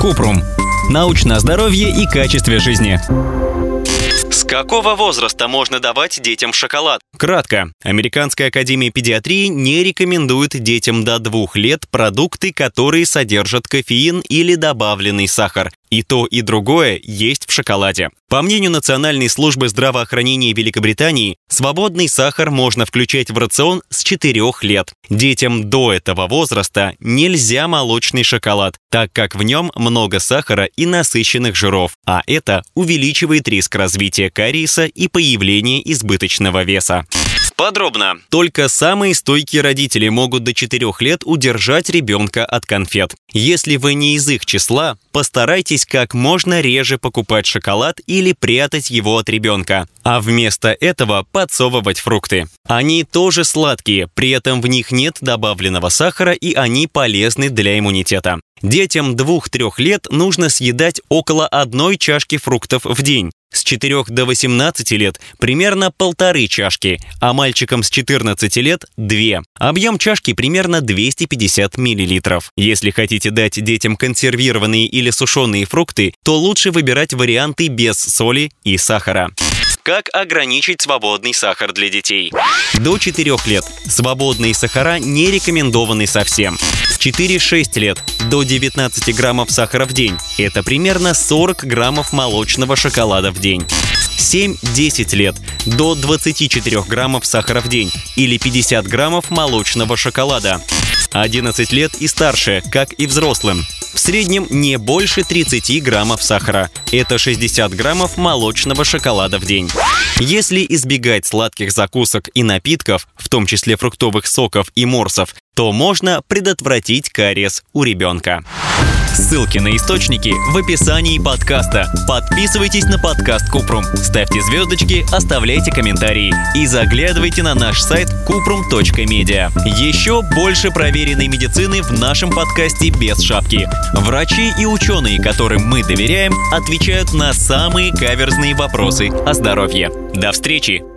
Купрум. Научное здоровье и качестве жизни. С какого возраста можно давать детям шоколад? Кратко. Американская академия педиатрии не рекомендует детям до 2 лет продукты, которые содержат кофеин или добавленный сахар. И то, и другое есть в шоколаде. По мнению Национальной службы здравоохранения Великобритании, свободный сахар можно включать в рацион с 4 лет. Детям до этого возраста нельзя молочный шоколад, так как в нем много сахара и насыщенных жиров, а это увеличивает риск развития кариеса и появления избыточного веса. Подробно. Только самые стойкие родители могут до 4 лет удержать ребенка от конфет. Если вы не из их числа, постарайтесь как можно реже покупать шоколад или прятать его от ребенка, а вместо этого подсовывать фрукты. Они тоже сладкие, при этом в них нет добавленного сахара и они полезны для иммунитета. Детям 2-3 лет нужно съедать около 1 чашки фруктов в день. С 4 до 18 лет примерно 1,5 чашки, а мальчикам с 14 лет – 2. Объем чашки примерно 250 мл. Если хотите дать детям консервированные или сушеные фрукты, то лучше выбирать варианты без соли и сахара. Как ограничить свободный сахар для детей? До 4 лет свободные сахара не рекомендованы совсем. С 4-6 лет до 19 граммов сахара в день. Это примерно 40 граммов молочного шоколада в день. 7-10 лет до 24 граммов сахара в день или 50 граммов молочного шоколада. 11 лет и старше, как и взрослым. В среднем не больше 30 граммов сахара. Это 60 граммов молочного шоколада в день. Если избегать сладких закусок и напитков, в том числе фруктовых соков и морсов, то можно предотвратить кариес у ребенка. Ссылки на источники в описании подкаста. Подписывайтесь на подкаст Купрум, ставьте звездочки, оставляйте комментарии и заглядывайте на наш сайт kuprum.media. Еще больше проверенной медицины в нашем подкасте без шапки. Врачи и ученые, которым мы доверяем, отвечают на самые каверзные вопросы о здоровье. До встречи!